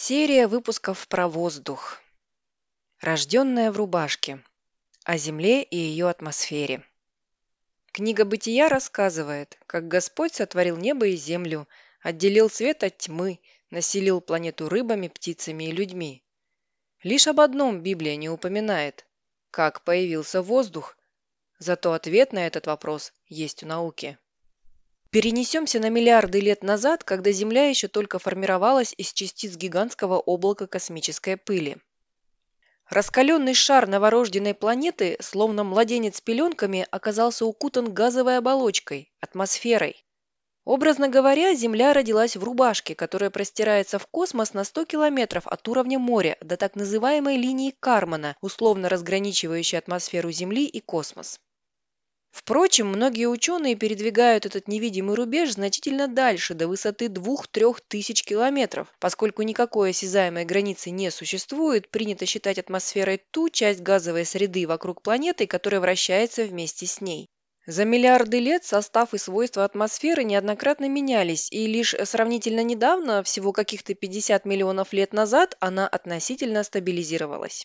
Серия выпусков про воздух. Рожденная в рубашке. О Земле и ее атмосфере. Книга Бытия рассказывает, как Господь сотворил небо и землю, отделил свет от тьмы, населил планету рыбами, птицами и людьми. Лишь об одном Библия не упоминает – как появился воздух. Зато ответ на этот вопрос есть у науки. Перенесемся на миллиарды лет назад, когда Земля еще только формировалась из частиц гигантского облака космической пыли. Раскаленный шар новорожденной планеты, словно младенец с пеленками, оказался укутан газовой оболочкой, атмосферой. Образно говоря, Земля родилась в рубашке, которая простирается в космос на 100 километров от уровня моря до так называемой линии Кармана, условно разграничивающей атмосферу Земли и космос. Впрочем, многие ученые передвигают этот невидимый рубеж значительно дальше, до высоты 2–3 тысяч километров. Поскольку никакой осязаемой границы не существует, принято считать атмосферой ту часть газовой среды вокруг планеты, которая вращается вместе с ней. За миллиарды лет состав и свойства атмосферы неоднократно менялись, и лишь сравнительно недавно, всего каких-то 50 миллионов лет назад, она относительно стабилизировалась.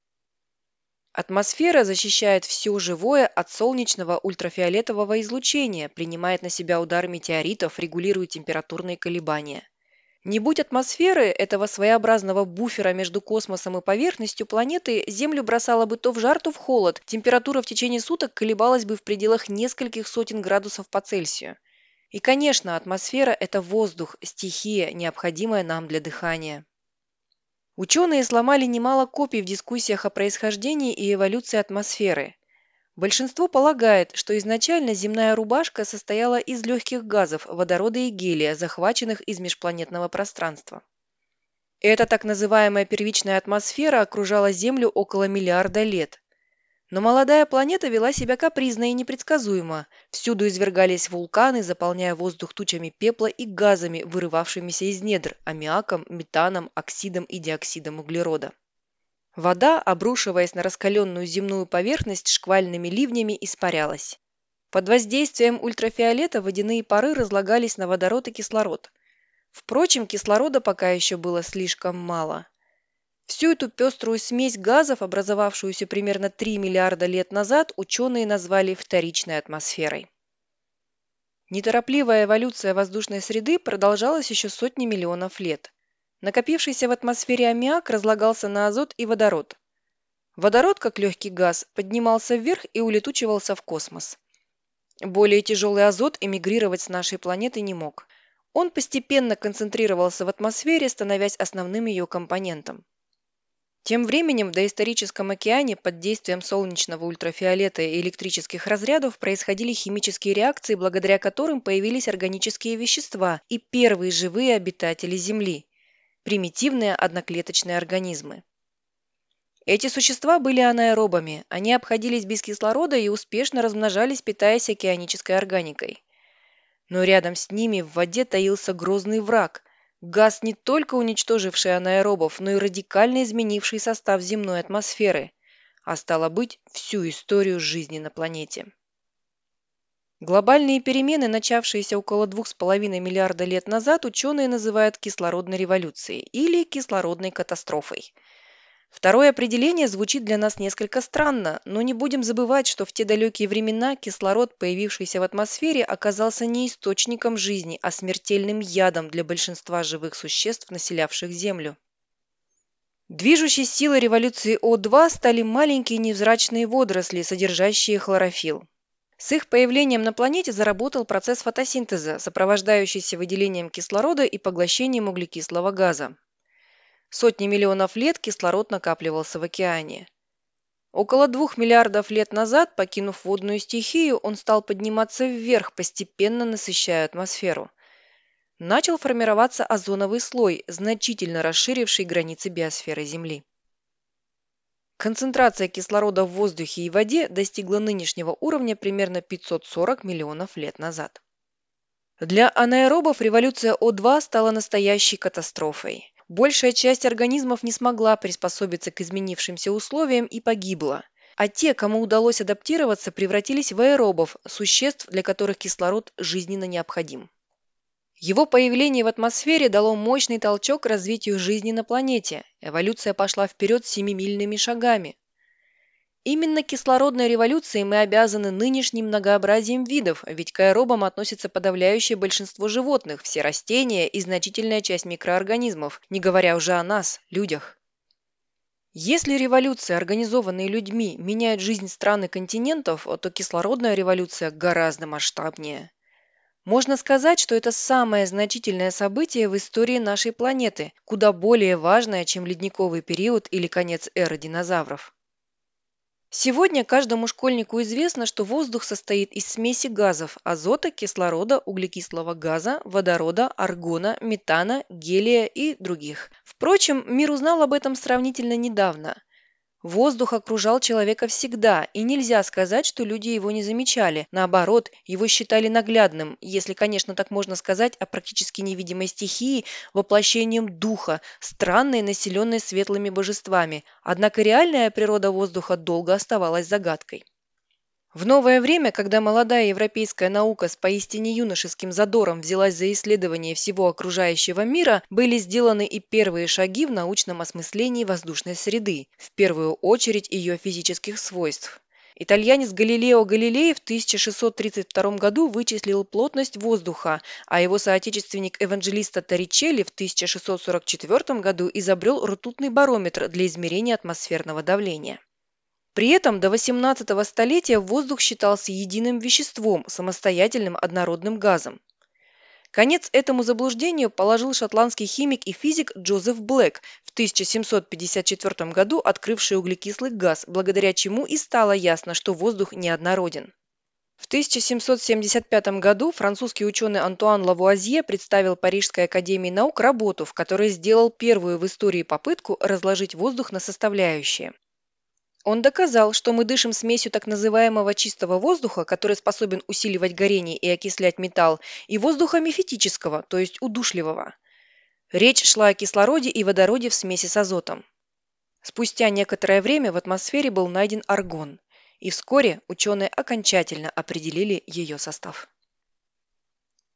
Атмосфера защищает все живое от солнечного ультрафиолетового излучения, принимает на себя удары метеоритов, регулирует температурные колебания. Не будь атмосферы, этого своеобразного буфера между космосом и поверхностью планеты, Землю бросало бы то в жар, то в холод, температура в течение суток колебалась бы в пределах нескольких сотен градусов по Цельсию. И, конечно, атмосфера – это воздух, стихия, необходимая нам для дыхания. Ученые сломали немало копий в дискуссиях о происхождении и эволюции атмосферы. Большинство полагает, что изначально земная рубашка состояла из легких газов, водорода и гелия, захваченных из межпланетного пространства. Эта так называемая первичная атмосфера окружала Землю около миллиарда лет. Но молодая планета вела себя капризно и непредсказуемо. Всюду извергались вулканы, заполняя воздух тучами пепла и газами, вырывавшимися из недр, аммиаком, метаном, оксидом и диоксидом углерода. Вода, обрушиваясь на раскаленную земную поверхность шквальными ливнями, испарялась. Под воздействием ультрафиолета водяные пары разлагались на водород и кислород. Впрочем, кислорода пока еще было слишком мало. Всю эту пеструю смесь газов, образовавшуюся примерно 3 миллиарда лет назад, ученые назвали вторичной атмосферой. Неторопливая эволюция воздушной среды продолжалась еще сотни миллионов лет. Накопившийся в атмосфере аммиак разлагался на азот и водород. Водород, как легкий газ, поднимался вверх и улетучивался в космос. Более тяжелый азот эмигрировать с нашей планеты не мог. Он постепенно концентрировался в атмосфере, становясь основным ее компонентом. Тем временем в доисторическом океане под действием солнечного ультрафиолета и электрических разрядов происходили химические реакции, благодаря которым появились органические вещества и первые живые обитатели Земли – примитивные одноклеточные организмы. Эти существа были анаэробами, они обходились без кислорода и успешно размножались, питаясь океанической органикой. Но рядом с ними в воде таился грозный враг – газ, не только уничтоживший анаэробов, но и радикально изменивший состав земной атмосферы, а стало быть, всю историю жизни на планете. Глобальные перемены, начавшиеся около 2,5 миллиарда лет назад, ученые называют кислородной революцией или кислородной катастрофой. Второе определение звучит для нас несколько странно, но не будем забывать, что в те далекие времена кислород, появившийся в атмосфере, оказался не источником жизни, а смертельным ядом для большинства живых существ, населявших Землю. Движущей силой революции О2 стали маленькие невзрачные водоросли, содержащие хлорофилл. С их появлением на планете заработал процесс фотосинтеза, сопровождающийся выделением кислорода и поглощением углекислого газа. Сотни миллионов лет кислород накапливался в океане. Около 2 миллиардов лет назад, покинув водную стихию, он стал подниматься вверх, постепенно насыщая атмосферу. Начал формироваться озоновый слой, значительно расширивший границы биосферы Земли. Концентрация кислорода в воздухе и воде достигла нынешнего уровня примерно 540 миллионов лет назад. Для анаэробов революция О2 стала настоящей катастрофой. Большая часть организмов не смогла приспособиться к изменившимся условиям и погибла. А те, кому удалось адаптироваться, превратились в аэробов, существ, для которых кислород жизненно необходим. Его появление в атмосфере дало мощный толчок развитию жизни на планете. Эволюция пошла вперед семимильными шагами. Именно кислородной революции мы обязаны нынешним многообразием видов, ведь к аэробам относится подавляющее большинство животных, все растения и значительная часть микроорганизмов, не говоря уже о нас, людях. Если революции, организованные людьми, меняют жизнь стран и континентов, то кислородная революция гораздо масштабнее. Можно сказать, что это самое значительное событие в истории нашей планеты, куда более важное, чем ледниковый период или конец эры динозавров. Сегодня каждому школьнику известно, что воздух состоит из смеси газов – азота, кислорода, углекислого газа, водорода, аргона, метана, гелия и других. Впрочем, мир узнал об этом сравнительно недавно. Воздух окружал человека всегда, и нельзя сказать, что люди его не замечали. Наоборот, его считали наглядным, если, конечно, так можно сказать, о практически невидимой стихии, воплощением духа, странной, населенной светлыми божествами. Однако реальная природа воздуха долго оставалась загадкой. В новое время, когда молодая европейская наука с поистине юношеским задором взялась за исследование всего окружающего мира, были сделаны и первые шаги в научном осмыслении воздушной среды, в первую очередь ее физических свойств. Итальянец Галилео Галилей в 1632 году вычислил плотность воздуха, а его соотечественник Эванджелисто Торричелли в 1644 году изобрел ртутный барометр для измерения атмосферного давления. При этом до XVIII столетия воздух считался единым веществом, самостоятельным однородным газом. Конец этому заблуждению положил шотландский химик и физик Джозеф Блэк, в 1754 году открывший углекислый газ, благодаря чему и стало ясно, что воздух неоднороден. В 1775 году французский ученый Антуан Лавуазье представил Парижской академии наук работу, в которой сделал первую в истории попытку разложить воздух на составляющие. Он доказал, что мы дышим смесью так называемого чистого воздуха, который способен усиливать горение и окислять металл, и воздуха мефитического, то есть удушливого. Речь шла о кислороде и водороде в смеси с азотом. Спустя некоторое время в атмосфере был найден аргон, и вскоре ученые окончательно определили ее состав.